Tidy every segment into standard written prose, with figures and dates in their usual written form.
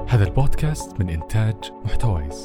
هذا البودكاست من إنتاج محتويس.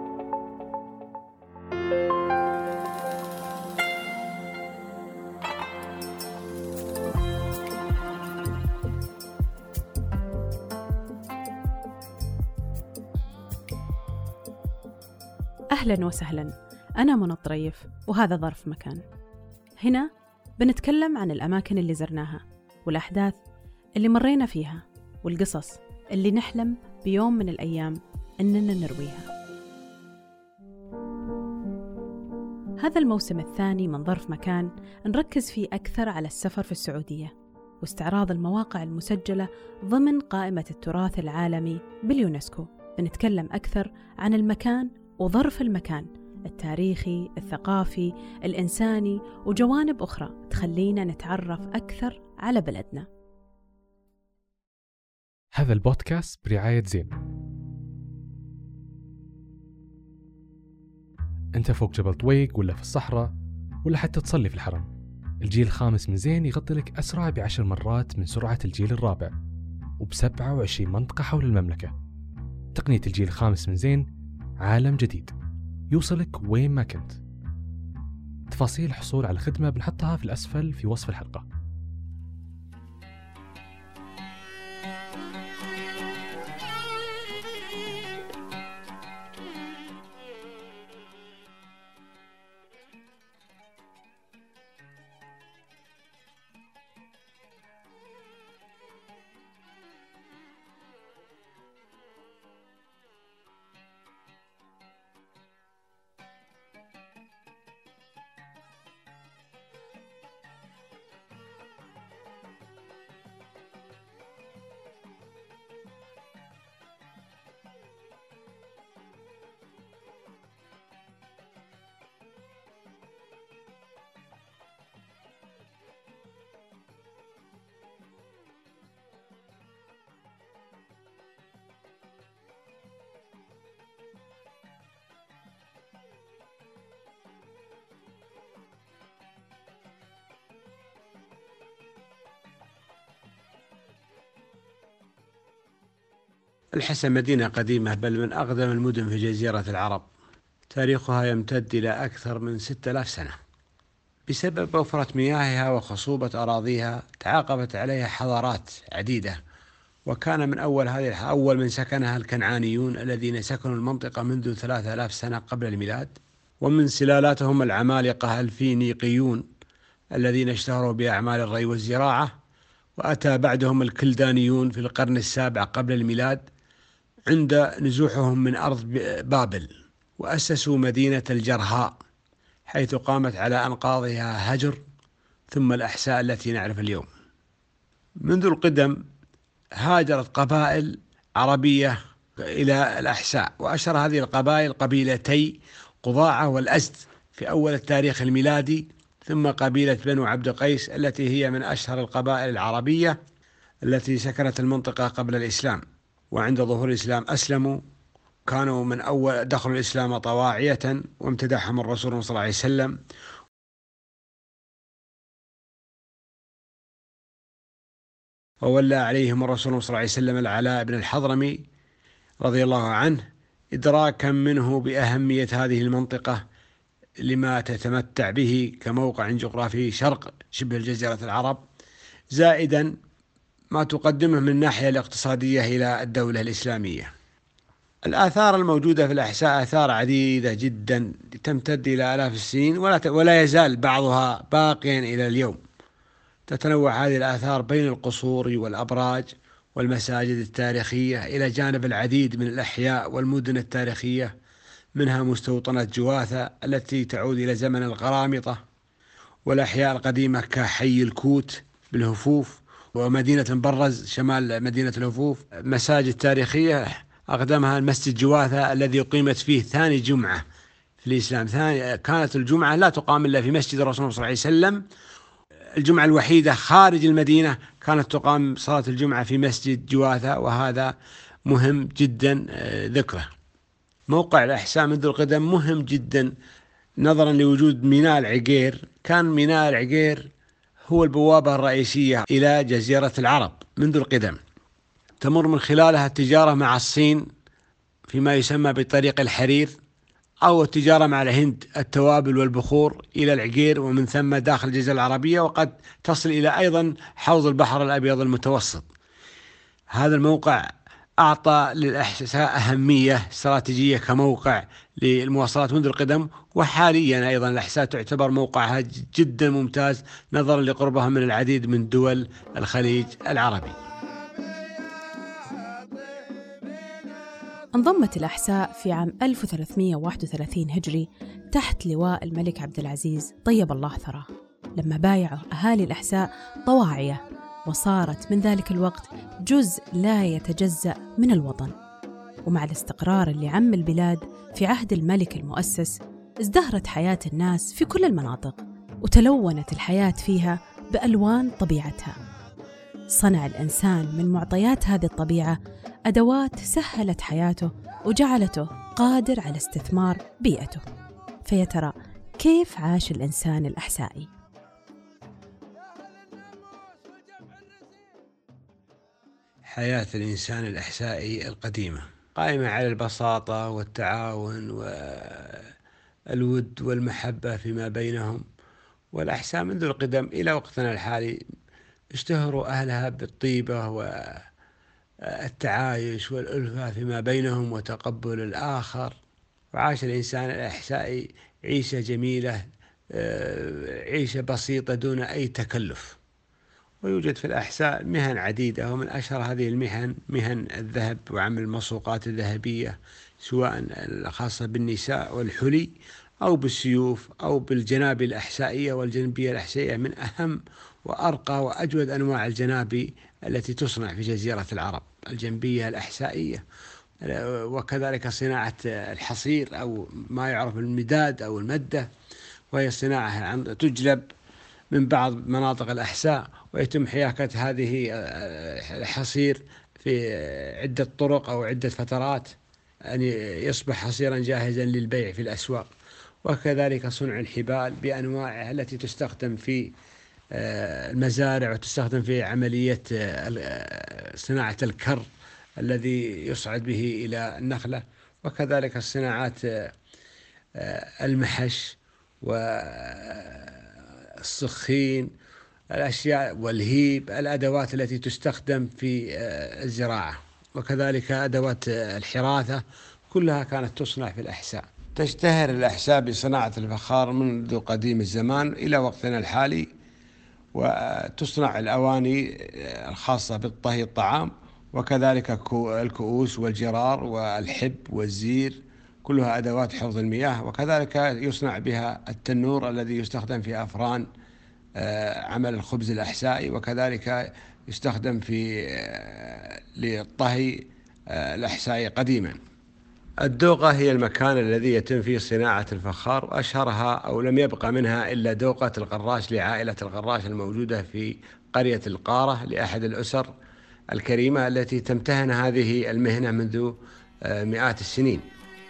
أهلاً وسهلاً، أنا منى الطريف وهذا ظرف مكان. هنا بنتكلم عن الأماكن اللي زرناها والأحداث اللي مرينا فيها والقصص اللي نحلم بيوم من الأيام أننا نرويها. هذا الموسم الثاني من ظرف مكان نركز فيه أكثر على السفر في السعودية واستعراض المواقع المسجلة ضمن قائمة التراث العالمي باليونسكو. بنتكلم أكثر عن المكان وظرف المكان التاريخي، الثقافي، الإنساني وجوانب أخرى تخلينا نتعرف أكثر على بلدنا. هذا البودكاست برعاية زين. أنت فوق جبل طويق ولا في الصحراء ولا حتى تصلي في الحرم، الجيل الخامس من زين يغطي لك أسرع ب10 مرات من سرعة الجيل الرابع وب27 منطقة حول المملكة. تقنية الجيل الخامس من زين عالم جديد يوصلك وين ما كنت. تفاصيل الحصول على الخدمة بنحطها في الأسفل في وصف الحلقة. الحسا مدينة قديمة بل من أقدم المدن في جزيرة العرب، تاريخها يمتد إلى أكثر من 6000 سنة. بسبب وفرة مياهها وخصوبة أراضيها تعاقبت عليها حضارات عديدة، وكان من أول من سكنها الكنعانيون الذين سكنوا المنطقة منذ 3000 سنة قبل الميلاد، ومن سلالاتهم العمالقة الفينيقيون الذين اشتهروا بأعمال الري والزراعة، وأتى بعدهم الكلدانيون في القرن السابع قبل الميلاد عند نزوحهم من أرض بابل، وأسسوا مدينة الجرهاء حيث قامت على أنقاضها هجر ثم الأحساء التي نعرف اليوم. منذ القدم هاجرت قبائل عربية إلى الأحساء، وأشهر هذه القبائل قبيلتي قضاعة والأزد في أول التاريخ الميلادي، ثم قبيلة بنو عبد قيس التي هي من أشهر القبائل العربية التي سكنت المنطقة قبل الإسلام، وعند ظهور الإسلام أسلموا. كانوا من أول دخلوا الإسلام طواعية وامتدحهم الرسول صلى الله عليه وسلم، وولى عليهم الرسول صلى الله عليه وسلم العلاء بن الحضرمي رضي الله عنه، إدراكا منه بأهمية هذه المنطقة لما تتمتع به كموقع جغرافي شرق شبه الجزيرة العرب، زائدا ما تقدمه من الناحية الاقتصادية إلى الدولة الإسلامية. الآثار الموجودة في الأحساء آثار عديدة جدا تمتد إلى آلاف السنين ولا يزال بعضها باقيا إلى اليوم. تتنوع هذه الآثار بين القصور والأبراج والمساجد التاريخية إلى جانب العديد من الأحياء والمدن التاريخية، منها مستوطنة جواثة التي تعود إلى زمن القرامطة، والأحياء القديمة كحي الكوت بالهفوف ومدينة برز شمال مدينة الهفوف. مساجد تاريخية أقدمها المسجد جواثة الذي أقيمت فيه ثاني جمعة في الإسلام. كانت الجمعة لا تقام إلا في مسجد الرسول صلى الله عليه وسلم، الجمعة الوحيدة خارج المدينة كانت تقام صلاة الجمعة في مسجد جواثة، وهذا مهم جدا ذكره. موقع الأحساء منذ القدم مهم جدا نظرا لوجود ميناء العقير. كان ميناء العقير هو البوابة الرئيسية إلى جزيرة العرب منذ القدم، تمر من خلالها التجارة مع الصين فيما يسمى بطريق الحرير، أو التجارة مع الهند التوابل والبخور إلى العقير، ومن ثم داخل الجزيرة العربية، وقد تصل إلى أيضا حوض البحر الأبيض المتوسط. هذا الموقع أعطى للأحساء أهمية استراتيجية كموقع للمواصلات منذ القدم، وحاليا أيضا الأحساء تعتبر موقعها جدا ممتاز نظرا لقربها من العديد من دول الخليج العربي. انضمت الأحساء في عام 1331 هجري تحت لواء الملك عبد العزيز طيب الله ثراه، لما بايعوا أهالي الأحساء طواعية، وصارت من ذلك الوقت جزء لا يتجزأ من الوطن. ومع الاستقرار اللي عم البلاد في عهد الملك المؤسس، ازدهرت حياة الناس في كل المناطق، وتلونت الحياة فيها بألوان طبيعتها. صنع الإنسان من معطيات هذه الطبيعة أدوات سهلت حياته وجعلته قادر على استثمار بيئته. فيا ترى كيف عاش الإنسان الأحسائي؟ حياة الإنسان الأحسائي القديمة قائمة على البساطة والتعاون والود والمحبة فيما بينهم. والأحساء منذ القدم إلى وقتنا الحالي اشتهروا أهلها بالطيبة والتعايش والألفة فيما بينهم وتقبل الآخر. وعاش الإنسان الأحسائي عيشة جميلة، عيشة بسيطة دون أي تكلف. ويوجد في الأحساء مهن عديدة، ومن أشهر هذه المهن مهن الذهب وعمل المصوقات الذهبية، سواء الخاصة بالنساء والحلي أو بالسيوف أو بالجنابي الأحسائية والجنبية الأحسائية، من أهم وأرقى وأجود أنواع الجنابي التي تصنع في جزيرة العرب، الجنبية الأحسائية. وكذلك صناعة الحصير أو ما يعرف بالمداد أو المدة، وهي صناعة تجلب من بعض مناطق الأحساء، ويتم حياكة هذه الحصير في عدة طرق أو عدة فترات أن يصبح حصيرا جاهزا للبيع في الأسواق. وكذلك صنع الحبال بأنواعها التي تستخدم في المزارع وتستخدم في عملية صناعة الكر الذي يصعد به إلى النخلة. وكذلك الصناعات المحش والسخين، الأشياء والهيب، الأدوات التي تستخدم في الزراعة. وكذلك أدوات الحراثة كلها كانت تصنع في الأحساء. تشتهر الأحساء بصناعة الفخار منذ قديم الزمان إلى وقتنا الحالي، وتصنع الأواني الخاصة بالطهي الطعام، وكذلك الكؤوس والجرار والحب والزير، كلها أدوات حفظ المياه. وكذلك يصنع بها التنور الذي يستخدم في أفران عمل الخبز الأحسائي، وكذلك يستخدم في للطهي الأحسائي قديما. الدوقة هي المكان الذي يتم فيه صناعة الفخار، وأشهرها أو لم يبقى منها إلا دوقة القراش لعائلة القراش الموجودة في قرية القارة، لأحد الأسر الكريمة التي تمتهن هذه المهنة منذ مئات السنين.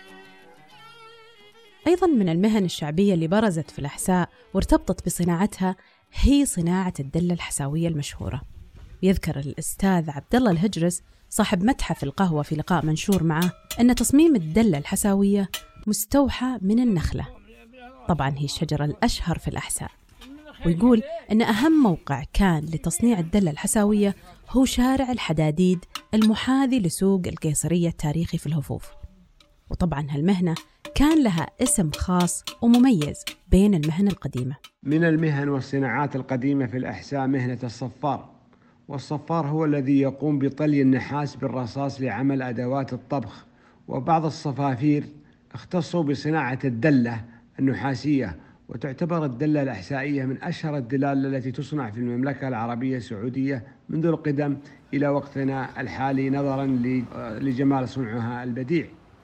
أيضا من المهن الشعبية اللي برزت في الأحساء وارتبطت بصناعتها هي صناعة الدلة الحساوية المشهورة. يذكر الأستاذ عبد الله الهجرس صاحب متحف القهوة في لقاء منشور معه أن تصميم الدلة الحساوية مستوحى من النخلة، طبعا هي الشجرة الأشهر في الأحساء. ويقول أن أهم موقع كان لتصنيع الدلة الحساوية هو شارع الحداديد المحاذي لسوق القيصرية التاريخي في الهفوف. وطبعا هالمهنة كان لها اسم خاص ومميز بين المهن القديمة. من المهن والصناعات القديمة في الأحساء مهنة الصفار. والصفار هو الذي يقوم بطلي النحاس بالرصاص لعمل أدوات الطبخ. وبعض الصفافير اختصوا بصناعة الدلة النحاسية، وتعتبر الدلة الأحسائية من أشهر الدلال التي تصنع في المملكة العربية السعودية منذ القدم إلى وقتنا الحالي، نظرا لجمال صنعها البديع.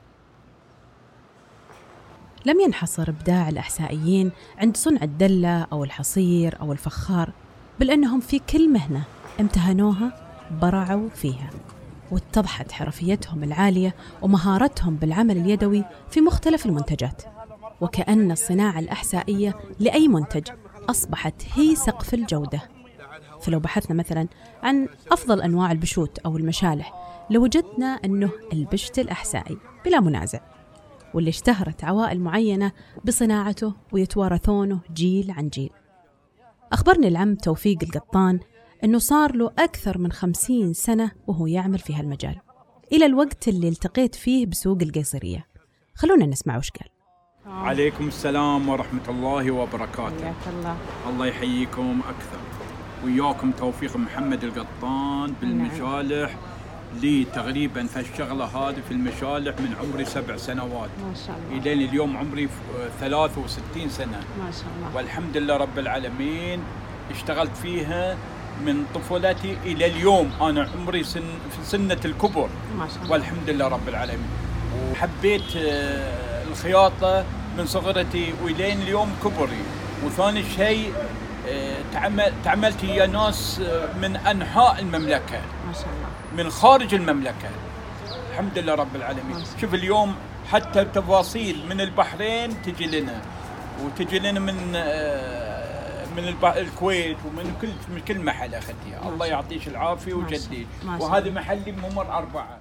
لم ينحصر إبداع الأحسائيين عند صنع الدلة أو الحصير أو الفخار، بل أنهم في كل مهنة امتهنوها برعوا فيها، واتضحت حرفيتهم العالية ومهارتهم بالعمل اليدوي في مختلف المنتجات. وكأن الصناعة الأحسائية لأي منتج أصبحت هي سقف الجودة. فلو بحثنا مثلا عن أفضل أنواع البشوت أو المشالح لوجدنا أنه البشت الأحسائي بلا منازع، واللي اشتهرت عوائل معينة بصناعته ويتوارثونه جيل عن جيل. أخبرني العم توفيق القطان أنه صار له أكثر من 50 سنة وهو يعمل في هالمجال، إلى الوقت اللي التقيت فيه بسوق القيصرية. خلونا نسمع وش قال. عليكم السلام ورحمة الله وبركاته. حياك الله. الله يحييكم أكثر. وياكم توفيق محمد القطان بالمشالح. لي تقريبا في الشغلة هذه في المشالح من عمري 7 سنوات ما شاء الله، إلى اليوم عمري 63 سنة ما شاء الله، والحمد لله رب العالمين. اشتغلت فيها من طفولتي إلى اليوم، أنا عمري في سنة الكبر ما شاء الله، والحمد لله رب العالمين. وحبيت الخياطة من صغرتي وإلين اليوم كبري. وثاني شيء تعاملت ويا ناس من أنحاء المملكة، ما شاء الله، من خارج المملكة، الحمد لله رب العالمين. شوف اليوم حتى تفاصيل من البحرين تجي لنا، وتجي لنا من الكويت ومن كل محل أخذتها. الله يعطيش العافية وجديد. وهذا محلي ممر 4.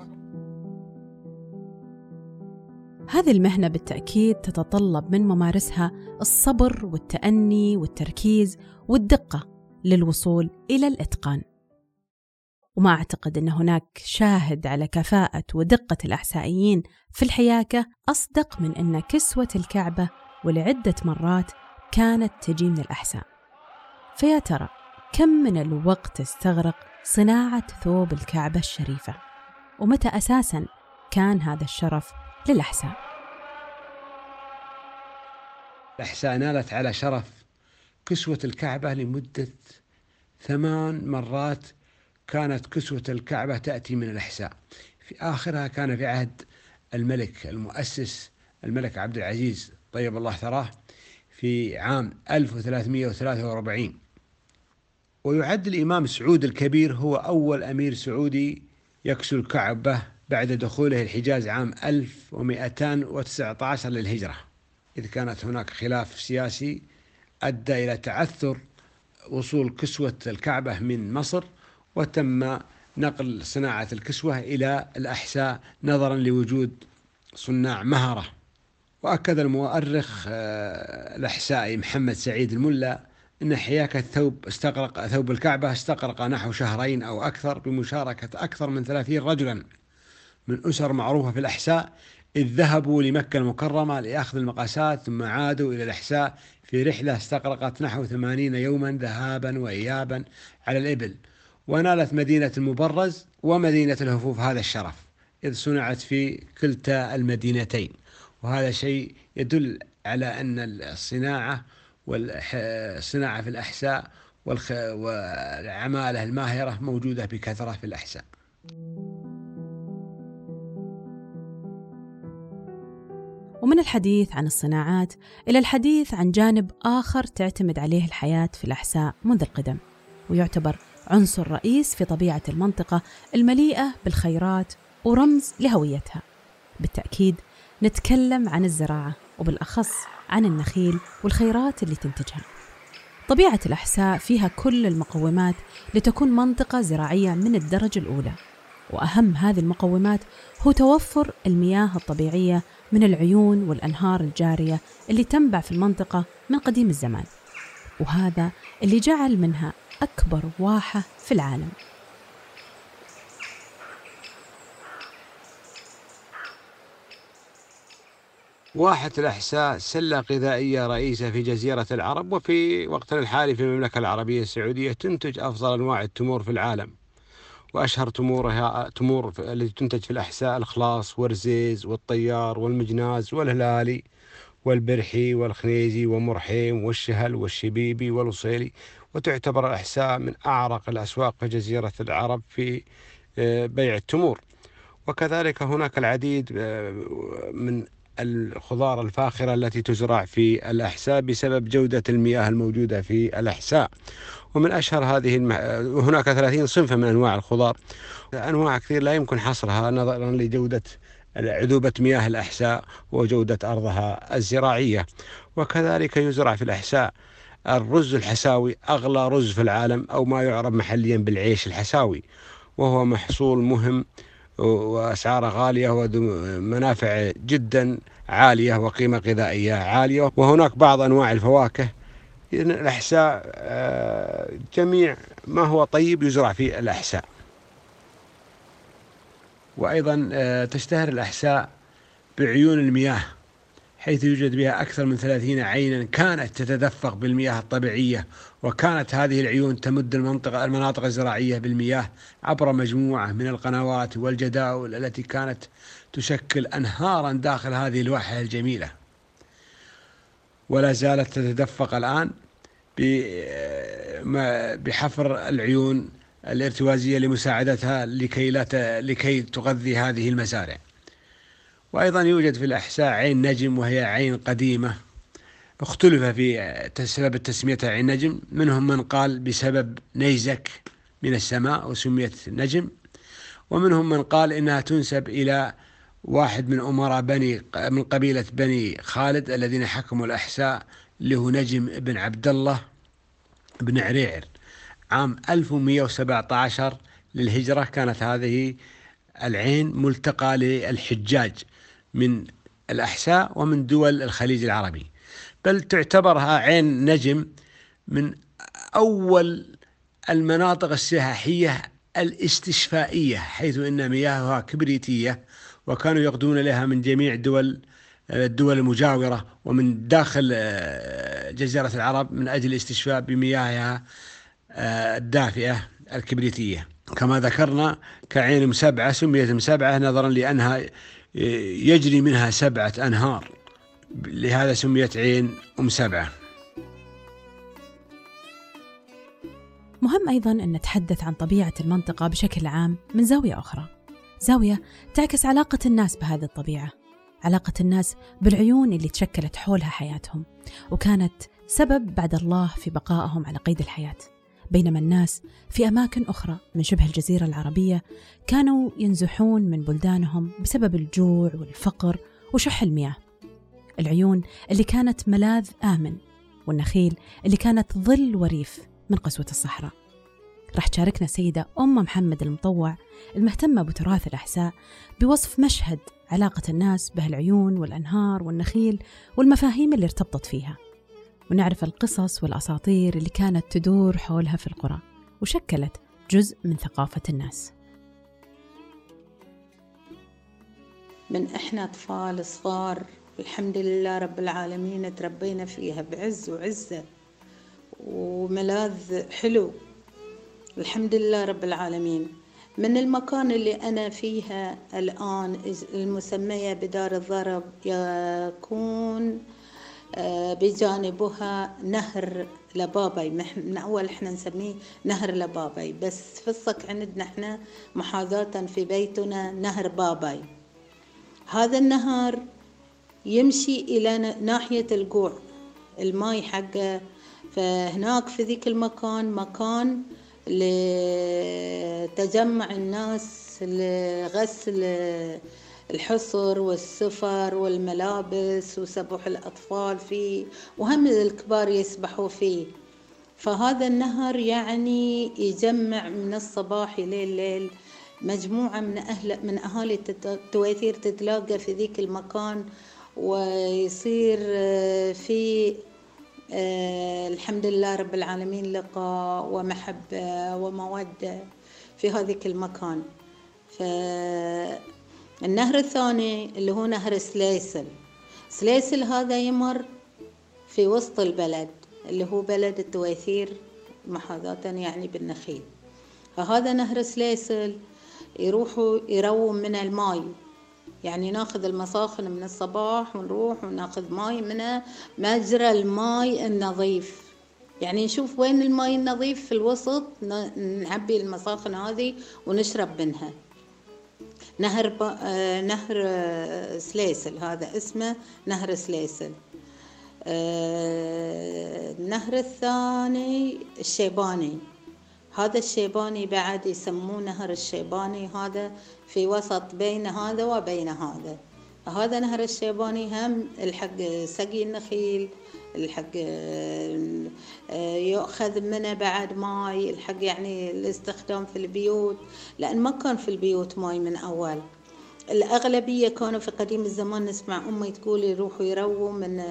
هذه المهنة بالتأكيد تتطلب من ممارسها الصبر والتأني والتركيز والدقة للوصول إلى الإتقان. وما أعتقد أن هناك شاهد على كفاءة ودقة الأحسائيين في الحياكة أصدق من أن كسوة الكعبة ولعدة مرات كانت تجي من الأحساء. فيا ترى كم من الوقت استغرق صناعة ثوب الكعبة الشريفة؟ ومتى أساساً كان هذا الشرف للأحساء؟ الأحساء نالت على شرف كسوة الكعبة لمدة 8 مرات. كانت كسوة الكعبة تأتي من الأحساء. في آخرها كان في عهد الملك المؤسس الملك عبد العزيز طيب الله ثراه في عام 1343. ويعد الإمام سعود الكبير هو أول أمير سعودي يكسو الكعبة بعد دخوله الحجاز عام 1219 للهجرة، إذ كانت هناك خلاف سياسي أدى إلى تعثر وصول كسوة الكعبة من مصر، وتم نقل صناعة الكسوة إلى الأحساء نظرا لوجود صناع مهرة. وأكد المؤرخ الأحسائي محمد سعيد الملا أن حياكة ثوب الكعبة استغرق نحو 2 أو أكثر بمشاركة أكثر من 30 رجلا من أسر معروفة في الأحساء، إذ ذهبوا لمكة المكرمة لأخذ المقاسات ثم عادوا إلى الأحساء في رحلة استغرقت نحو 80 يوما ذهابا وإيابا على الإبل. ونالت مدينة المبرز ومدينة الهفوف هذا الشرف، إذ صنعت في كلتا المدينتين. وهذا شيء يدل على أن الصناعة والصناعة في الأحساء والعمالة الماهرة موجودة بكثرة في الأحساء. ومن الحديث عن الصناعات إلى الحديث عن جانب آخر تعتمد عليه الحياة في الأحساء منذ القدم، ويعتبر عنصر رئيس في طبيعة المنطقة المليئة بالخيرات ورمز لهويتها. بالتأكيد نتكلم عن الزراعة، وبالأخص عن النخيل والخيرات اللي تنتجها. طبيعة الأحساء فيها كل المقومات لتكون منطقة زراعية من الدرجة الأولى، وأهم هذه المقومات هو توفر المياه الطبيعية من العيون والأنهار الجارية اللي تنبع في المنطقة من قديم الزمان، وهذا اللي جعل منها أكبر واحة في العالم. واحة الأحساء سلة غذائية رئيسة في جزيرة العرب، وفي وقتنا الحالي في المملكة العربية السعودية تنتج أفضل أنواع التمور في العالم. وأشهر تمور التي تنتج في الأحساء الخلاص والرزيز والطيار والمجناز والهلالي والبرحي والخنيزي ومرحيم والشهل والشبيبي والوصيلي. وتعتبر الأحساء من أعرق الأسواق في جزيرة العرب في بيع التمور. وكذلك هناك العديد من الخضار الفاخرة التي تزرع في الأحساء بسبب جودة المياه الموجودة في الأحساء. ومن أشهر هذه هناك 30 صنفا من أنواع الخضار، أنواع كثير لا يمكن حصرها نظرا لجودة عذوبة مياه الأحساء وجودة أرضها الزراعية. وكذلك يزرع في الأحساء الرز الحساوي أغلى رز في العالم، أو ما يعرف محليا بالعيش الحساوي، وهو محصول مهم وأسعاره غالية وذو منافع جدا عالية وقيمة غذائية عالية. وهناك بعض أنواع الفواكه الأحساء، جميع ما هو طيب يزرع في الأحساء. وأيضا تشتهر الأحساء بعيون المياه، حيث يوجد بها أكثر من 30 عينا كانت تتدفق بالمياه الطبيعية، وكانت هذه العيون تمد المناطق الزراعية بالمياه عبر مجموعة من القنوات والجداول التي كانت تشكل أنهارا داخل هذه الواحة الجميلة، ولا زالت تتدفق الآن بحفر العيون الارتوازية لمساعدتها لكي تغذي هذه المزارع. وأيضا يوجد في الأحساء عين نجم، وهي عين قديمة اختلف في سبب تسميتها عين نجم، منهم من قال بسبب نيزك من السماء وسميت نجم، ومنهم من قال إنها تنسب إلى واحد من أمراء من قبيلة بني خالد الذين حكموا الأحساء، اللي هو نجم بن عبد الله بن عريعر عام 1117 للهجرة. كانت هذه العين ملتقى للحجاج من الأحساء ومن دول الخليج العربي، بل تعتبرها عين نجم من أول المناطق السياحية الاستشفائية، حيث إن مياهها كبريتية، وكانوا يقدون لها من جميع الدول المجاورة ومن داخل جزيرة العرب من أجل الاستشفاء بمياهها الدافئة الكبريتية. كما ذكرنا كعين مسبعة، سميت مسبعة نظرا لأنها يجري منها 7 أنهار، لهذا سميت عين سبعة. مهم أيضاً أن نتحدث عن طبيعة المنطقة بشكل عام من زاوية أخرى، زاوية تعكس علاقة الناس بهذه الطبيعة، علاقة الناس بالعيون اللي تشكلت حولها حياتهم، وكانت سبب بعد الله في بقائهم على قيد الحياة، بينما الناس في أماكن أخرى من شبه الجزيرة العربية كانوا ينزحون من بلدانهم بسبب الجوع والفقر وشح المياه. العيون اللي كانت ملاذ آمن، والنخيل اللي كانت ظل وريف من قسوة الصحراء. راح تشاركنا السيدة محمد المطوع المهتمة بتراث الأحساء بوصف مشهد علاقة الناس بهالعيون والأنهار والنخيل والمفاهيم اللي ارتبطت فيها، ونعرف القصص والأساطير اللي كانت تدور حولها في القرى وشكلت جزء من ثقافة الناس. من إحنا أطفال صغار الحمد لله رب العالمين تربينا فيها بعز وعزة وملاذ حلو الحمد لله رب العالمين. من المكان اللي أنا فيها الآن المسمية بدار الضرب، يكون بجانبها نهر لبابي، من أول إحنا نسميه نهر لبابي، بس في الصك عندنا إحنا محاذاة في بيتنا نهر بابي. هذا النهر يمشي إلى ناحية القوع الماي حقه، فهناك في ذيك المكان مكان لتجمع الناس لغسل الحصر والسفر والملابس وسبح الأطفال فيه، وهم الكبار يسبحوا فيه. فهذا النهر يعني يجمع من الصباح إلى الليل مجموعة من أهالي التويثير تتلاقى في ذيك المكان، ويصير في الحمد لله رب العالمين لقاء ومحبة ومودة في هذيك المكان. فالنهر الثاني اللي هو نهر سليسل هذا يمر في وسط البلد اللي هو بلد التويثير محاذاة يعني بالنخيل. فهذا نهر سليسل يروحوا يرووا من الماء، يعني ناخذ المساخن من الصباح ونروح وناخذ ماء من مجرى الماء النظيف، يعني نشوف وين الماء النظيف في الوسط نعبي المساخن هذه ونشرب منها. نهر سليسل هذا اسمه نهر سليسل. النهر الثاني الشيباني، هذا الشيباني بعد يسمونه نهر الشيباني، هذا في وسط بين هذا وبين هذا. هذا نهر الشيباني هم الحق سقي النخيل الحق يؤخذ منه بعد ماي، الحق يعني الاستخدام في البيوت، لأن ما كان في البيوت ماي من أول. الأغلبية كانوا في قديم الزمان نسمع أمي تقول يروحوا يرووا من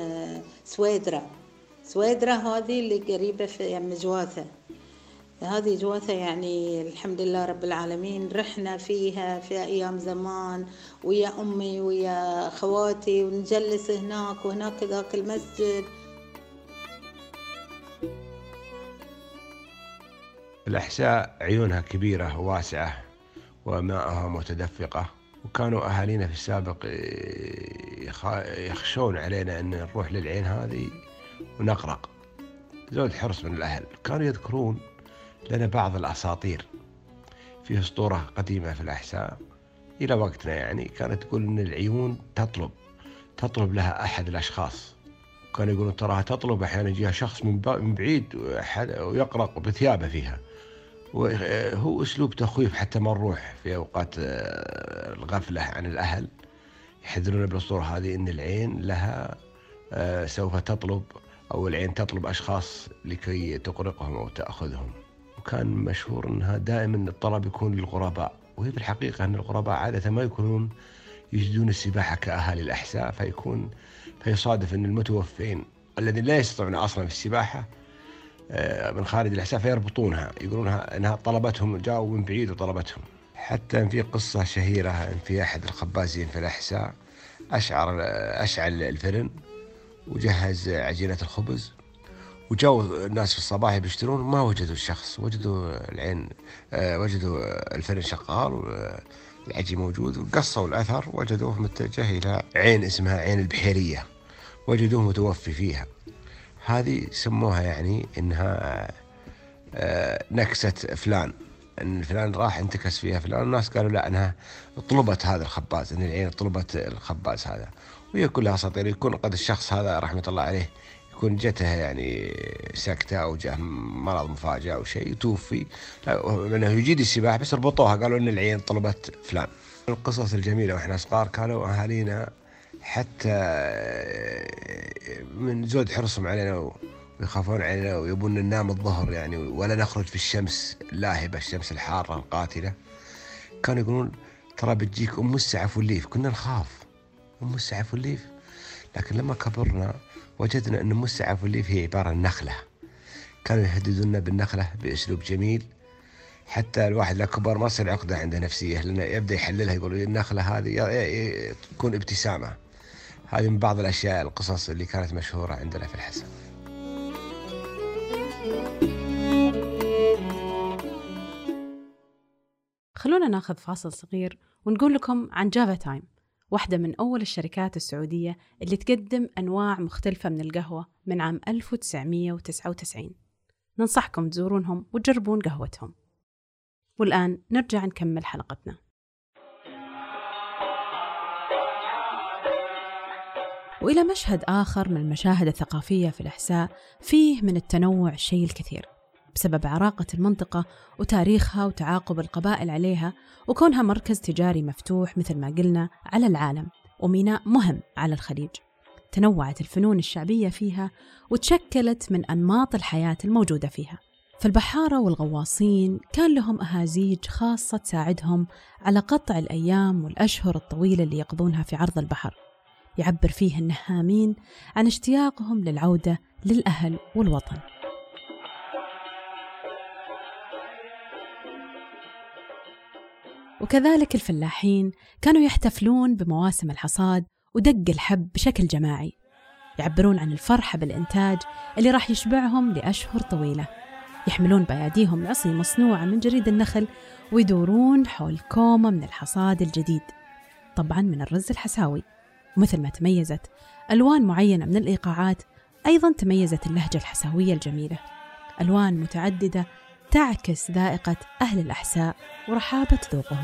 سويدرة هذه اللي قريبة في مجواثة. هذه جواثة يعني الحمد لله رب العالمين رحنا فيها في أيام زمان ويا أمي ويا خواتي، ونجلس هناك وهناك ذاك المسجد. الأحساء عيونها كبيرة وواسعة وماءها متدفقة، وكانوا أهالينا في السابق يخشون علينا أن نروح للعين هذه ونغرق. زود حرص من الأهل. كانوا يذكرون لنا بعض الأساطير. في أسطورة قديمة في الأحساء إلى وقتنا يعني كانت تقول أن العيون تطلب لها أحد الأشخاص. كانوا يقولون تراها تطلب، أحيانا يجيها شخص من بعيد ويقرق بثيابه فيها، وهو أسلوب تخويف حتى ما نروح في أوقات الغفلة عن الأهل. يحذرون بالأسطورة هذه أن العين لها سوف تطلب، أو العين تطلب أشخاص لكي تقرقهم أو تأخذهم. وكان مشهور أنها دائما الطلب يكون للغرباء، وهي في الحقيقة أن الغرباء عادة ما يكونون يجدون السباحة كأهالي الأحساء، فيصادف أن المتوفين الذين لا يستطيعون أصلا في السباحة من خارج الأحساء فيربطونها، يقولونها أنها طلبتهم، جاءوا من بعيد وطلبتهم. حتى في قصة شهيرة أن في أحد الخبازين في الأحساء أشعل الفرن وجهز عجينة الخبز، وجاءوا الناس في الصباح بيشترون، ما وجدوا الشخص، وجدوا العين، وجدوا الفرن شغال والعجين موجود، وقصوا الأثر وجدوه متجه إلى عين اسمها عين البحيرية، وجدوه متوفي فيها. هذه سموها يعني إنها نكسة فلان، إن فلان راح انتكس فيها فلان. الناس قالوا لا، أنها طلبت هذا الخباز، إن العين طلبت الخباز هذا. وهي كلها أساطير. يكون قد الشخص هذا رحمة الله عليه يكون جته يعني سكتة أو جاء مرض مفاجئ أو شيء توفي، لأنه يجيد السباحة، بس ربطوها قالوا إن العين طلبت فلان. القصص الجميلة وإحنا صغار كانوا أهالينا حتى من زود حرصهم علينا ويخافون علينا ويبون ننام الظهر يعني، ولا نخرج في الشمس اللاهبة، الشمس الحارة القاتلة. كانوا يقولون ترى بتجيك أم السعف والليف. كنا نخاف أم السعف والليف، لكن لما كبرنا وجدنا أن أم السعف والليف هي عبارة عن نخلة. كانوا يهددوننا بالنخلة بأسلوب جميل، حتى الواحد لا كبر ما يصير عقدة عنده نفسية، لأنه يبدأ يحللها، يقول النخلة هذه تكون ابتسامة. هذه من بعض الأشياء القصص اللي كانت مشهورة عندنا في الحسن. خلونا ناخذ فاصل صغير ونقول لكم عن جافا تايم، واحدة من أول الشركات السعودية اللي تقدم أنواع مختلفة من القهوة من عام 1999. ننصحكم تزورونهم وتجربون قهوتهم. والآن نرجع نكمل حلقتنا. وإلى مشهد آخر من المشاهد الثقافية في الأحساء، فيه من التنوع الشيء الكثير بسبب عراقة المنطقة وتاريخها وتعاقب القبائل عليها، وكونها مركز تجاري مفتوح مثل ما قلنا على العالم، وميناء مهم على الخليج. تنوعت الفنون الشعبية فيها وتشكلت من أنماط الحياة الموجودة فيها. فالبحارة والغواصين كان لهم أهازيج خاصة تساعدهم على قطع الأيام والأشهر الطويلة اللي يقضونها في عرض البحر، يعبر فيه النهامين عن اشتياقهم للعودة للأهل والوطن. وكذلك الفلاحين كانوا يحتفلون بمواسم الحصاد ودق الحب بشكل جماعي، يعبرون عن الفرحة بالإنتاج اللي راح يشبعهم لأشهر طويلة. يحملون بأيديهم عصي مصنوعة من جريد النخل ويدورون حول كومة من الحصاد الجديد، طبعاً من الرز الحساوي. ومثل ما تميزت ألوان معينة من الإيقاعات، أيضاً تميزت اللهجة الحساوية الجميلة، ألوان متعددة تعكس ذائقة أهل الأحساء ورحابة ذوقهم.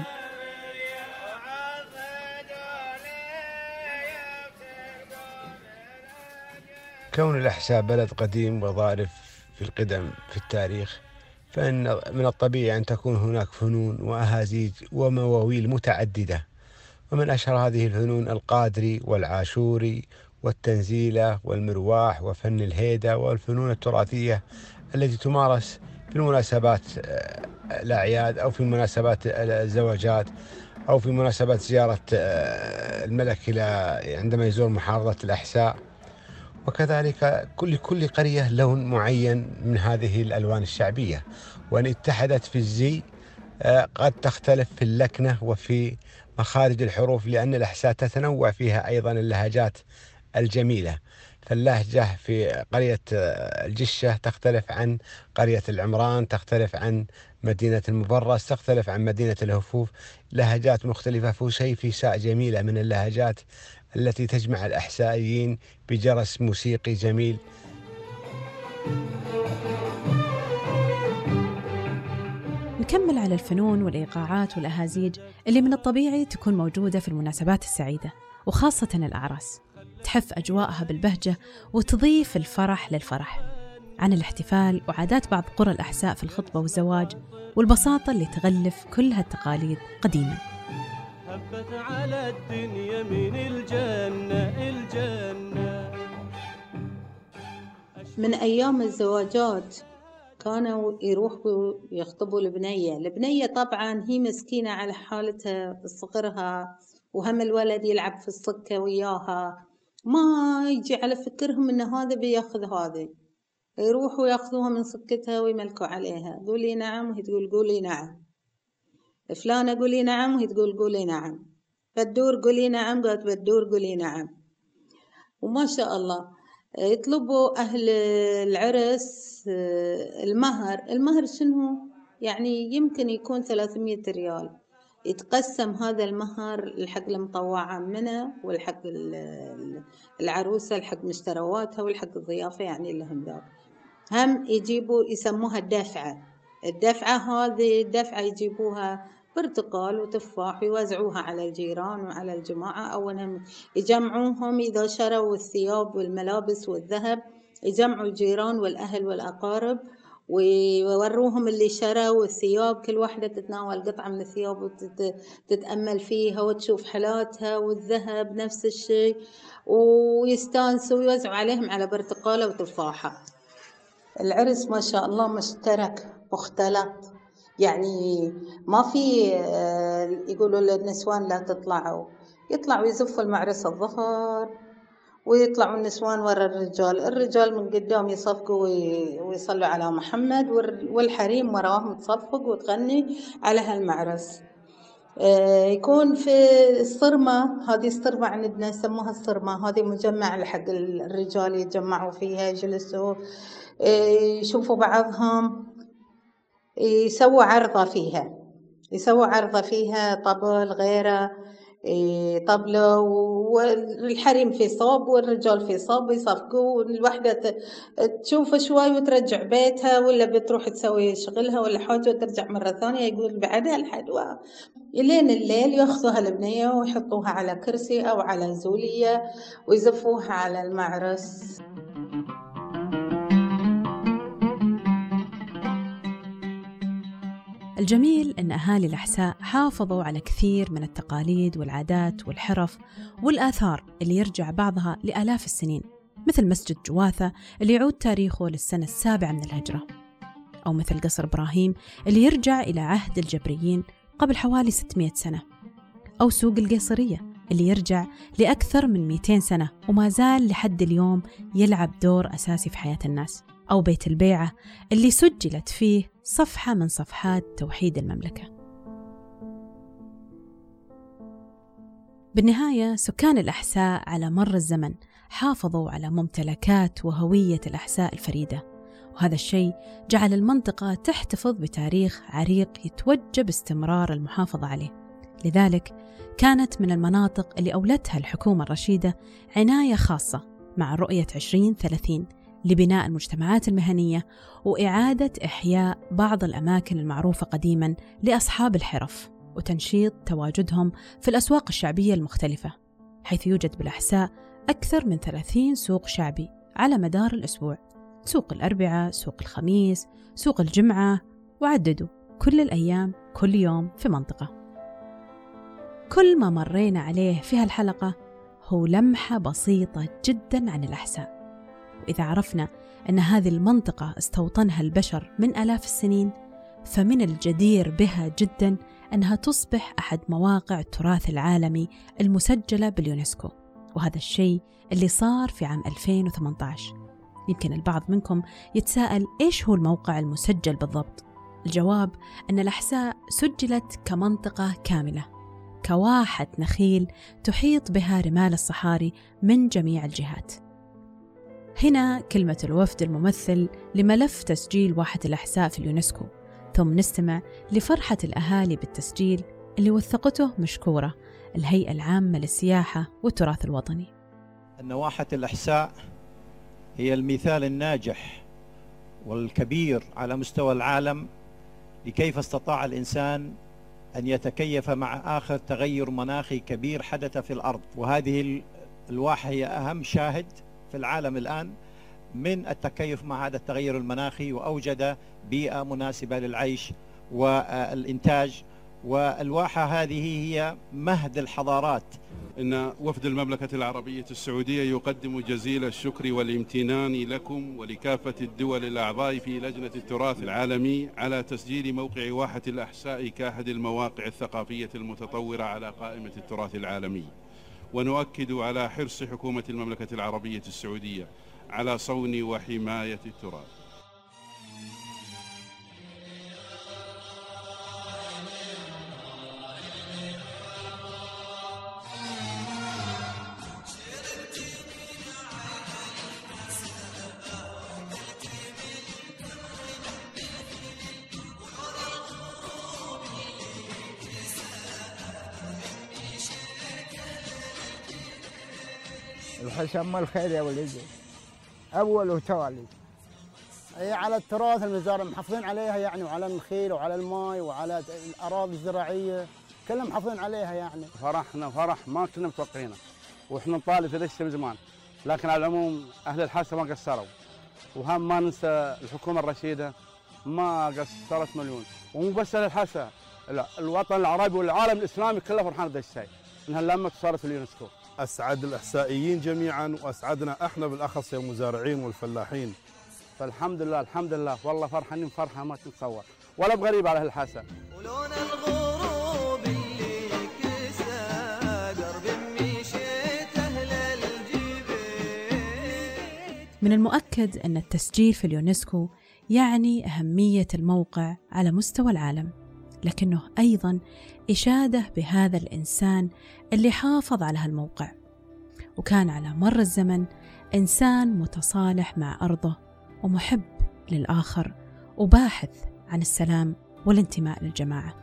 كون الأحساء بلد قديم وظارف في القدم في التاريخ، فإن من الطبيعي أن تكون هناك فنون وأهازيج ومواويل متعددة، ومن أشهر هذه الفنون القادري والعاشوري والتنزيلة والمرواح وفن الهيدة والفنون التراثية التي تمارس في المناسبات الأعياد أو في مناسبات الزواجات أو في مناسبات زيارة الملك عندما يزور محافظة الأحساء. وكذلك كل قرية لون معين من هذه الألوان الشعبية، وإن اتحدت في الزي قد تختلف في اللكنة وفي مخارج الحروف، لأن الأحساء تتنوع فيها أيضا اللهجات الجميلة. فاللهجة في قرية الجشة تختلف عن قرية العمران، تختلف عن مدينة المبرز، تختلف عن مدينة الهفوف، لهجات مختلفة. فوسيفساء جميلة من اللهجات التي تجمع الأحسائيين بجرس موسيقي جميل. نكمل على الفنون والإيقاعات والأهازيج اللي من الطبيعي تكون موجودة في المناسبات السعيدة، وخاصة الأعراس، تحف أجواءها بالبهجة وتضيف الفرح للفرح. عن الاحتفال وعادات بعض قرى الأحساء في الخطبة والزواج والبساطة اللي تغلف كل هالتقاليد قديما. هبت على الدنيا من الجنة من أيام الزواجات كانوا يروحوا يخطبوا البنية طبعا هي مسكينة على حالتها صغرها، وهم الولد يلعب في السكة وياها، ما يجي على فكرهم إن هذا بياخذ هذا، يروحوا ياخذوها من سكتها ويملكوا عليها، قولي نعم وهي تقول قولي نعم، فلانة قولي نعم وهي تقول قولي نعم، بدور قولي نعم، قالت بدور قولي نعم. وما شاء الله يطلبوا أهل العرس المهر شنو يعني؟ يمكن يكون 300 ريال، يتقسم هذا المهر الحق المطوعة منه والحق العروسة الحق مشترواتها والحق الضيافة، يعني لهم ذاك. هم يجيبوا يسموها الدفعة هذه الدفعة يجيبوها برتقال وتفاح ويوزعوها على الجيران وعلى الجماعة. أولهم يجمعوهم إذا شروا الثياب والملابس والذهب، يجمعوا الجيران والأهل والأقارب ويوروهم اللي شروا الثياب، كل واحدة تتناول قطعة من الثياب وتتأمل فيها وتشوف حالاتها، والذهب نفس الشيء، ويستانسوا ويوزعوا عليهم على برتقالة وتفاحة. العرس ما شاء الله مشترك مختلط، يعني ما في يقولوا للنسوان لا تطلعوا، يطلعوا يزفوا المعرس الظهر ويطلعوا النسوان ورا الرجال من قدام يصفقوا ويصلوا على محمد، والحريم وراهم تصفق وتغني على هالمعرس. يكون في الصرمة، هذه الصرمة عندنا يسموها الصرمة، هذه مجمع لحق الرجال يتجمعوا فيها، يجلسوا يشوفوا بعضهم، يسووا عرضة فيها طبل غيره طبلة، والحريم في صوب والرجال في صوب يصفقوا، الوحدة تشوف شوي وترجع بيتها، ولا بتروح تسوي شغلها ولا حاجة وترجع مرة ثانية، يقول بعدها الحدوى إلين الليل يأخذوها البنية ويحطوها على كرسي أو على زولية ويزفوها على المعرس. الجميل أن أهالي الأحساء حافظوا على كثير من التقاليد والعادات والحرف والآثار اللي يرجع بعضها لآلاف السنين، مثل مسجد جواثة اللي يعود تاريخه للسنة 7 من الهجرة، أو مثل قصر إبراهيم اللي يرجع إلى عهد الجبريين قبل حوالي 600 سنة، أو سوق القيصرية اللي يرجع لأكثر من 200 سنة وما زال لحد اليوم يلعب دور أساسي في حياة الناس، أو بيت البيعة اللي سجلت فيه صفحة من صفحات توحيد المملكة. بالنهاية سكان الأحساء على مر الزمن حافظوا على ممتلكات وهوية الأحساء الفريدة، وهذا الشيء جعل المنطقة تحتفظ بتاريخ عريق يتوجب باستمرار المحافظة عليه. لذلك كانت من المناطق اللي أولتها الحكومة الرشيدة عناية خاصة مع رؤية 2030 لبناء المجتمعات المهنية وإعادة إحياء بعض الأماكن المعروفة قديماً لأصحاب الحرف وتنشيط تواجدهم في الأسواق الشعبية المختلفة، حيث يوجد بالأحساء أكثر من 30 سوق شعبي على مدار الأسبوع، سوق الأربعاء، سوق الخميس، سوق الجمعة، وعددوا كل الأيام كل يوم في منطقة. كل ما مرينا عليه في هالحلقة هو لمحة بسيطة جدا عن الأحساء. وإذا عرفنا أن هذه المنطقة استوطنها البشر من آلاف السنين، فمن الجدير بها جدا أنها تصبح أحد مواقع التراث العالمي المسجلة باليونسكو، وهذا الشيء اللي صار في عام 2018. يمكن البعض منكم يتساءل إيش هو الموقع المسجل بالضبط؟ الجواب أن الأحساء سجلت كمنطقة كاملة، كواحة نخيل تحيط بها رمال الصحاري من جميع الجهات. هنا كلمة الوفد الممثل لملف تسجيل واحة الأحساء في اليونسكو، ثم نستمع لفرحة الأهالي بالتسجيل اللي وثقته مشكورة الهيئة العامة للسياحة والتراث الوطني. أن واحة الأحساء هي المثال الناجح والكبير على مستوى العالم لكيف استطاع الإنسان أن يتكيف مع آخر تغير مناخي كبير حدث في الأرض. وهذه الواحة هي أهم شاهد في العالم الآن من التكيف مع هذا التغير المناخي، وأوجد بيئة مناسبة للعيش والإنتاج. والواحة هذه هي مهد الحضارات. إن وفد المملكة العربية السعودية يقدم جزيل الشكر والامتنان لكم ولكافة الدول الأعضاء في لجنة التراث العالمي على تسجيل موقع واحة الأحساء كأحد المواقع الثقافية المتطورة على قائمة التراث العالمي. ونؤكد على حرص حكومة المملكة العربية السعودية على صون وحماية التراث. الحسن الخير يا ولدي أول وتالي. هي على التراث المزارع محافظين عليها يعني، وعلى النخيل وعلى الماء وعلى الأراضي الزراعية كلها محافظين عليها يعني. فرحنا فرح ما كنا متوقعينه، وإحنا نطالب في الشيء من زمان، لكن على العموم أهل الحاسة ما قصروا. وهم ما ننسى الحكومة الرشيدة ما قصرت مليون، ومو بس أهل الحاسة، لا الوطن العربي والعالم الإسلامي كله فرحان بهذا الشيء إنها لما صارت اليونسكو. أسعد الإحسائيين جميعا، وأسعدنا إحنا بالأخص يا المزارعين والفلاحين. فالحمد لله الحمد لله والله فرحانين فرحة ما تتصور، ولا بغريب على أهل الحاسة. ولون الغروب اللي كسى درب مشيت أهل الجبال. من المؤكد أن التسجيل في اليونسكو يعني أهمية الموقع على مستوى العالم، لكنه أيضاً إشادة بهذا الإنسان اللي حافظ على هالموقع، وكان على مر الزمن إنسان متصالح مع أرضه ومحب للآخر وباحث عن السلام والانتماء للجماعة.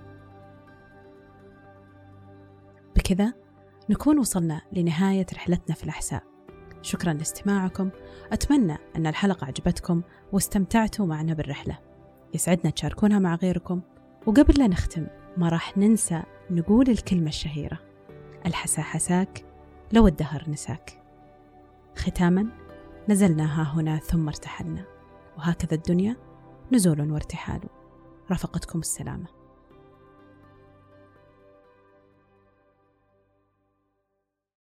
بكذا نكون وصلنا لنهاية رحلتنا في الأحساء. شكراً لاستماعكم، أتمنى أن الحلقة عجبتكم واستمتعتوا معنا بالرحلة. يسعدنا تشاركونها مع غيركم. وقبل لا نختم ما راح ننسى نقول الكلمة الشهيرة: الحسا حساك لو الدهر نساك. ختاما، نزلنا ها هنا ثم ارتحلنا، وهكذا الدنيا نزول وارتحال. رافقتكم السلامة.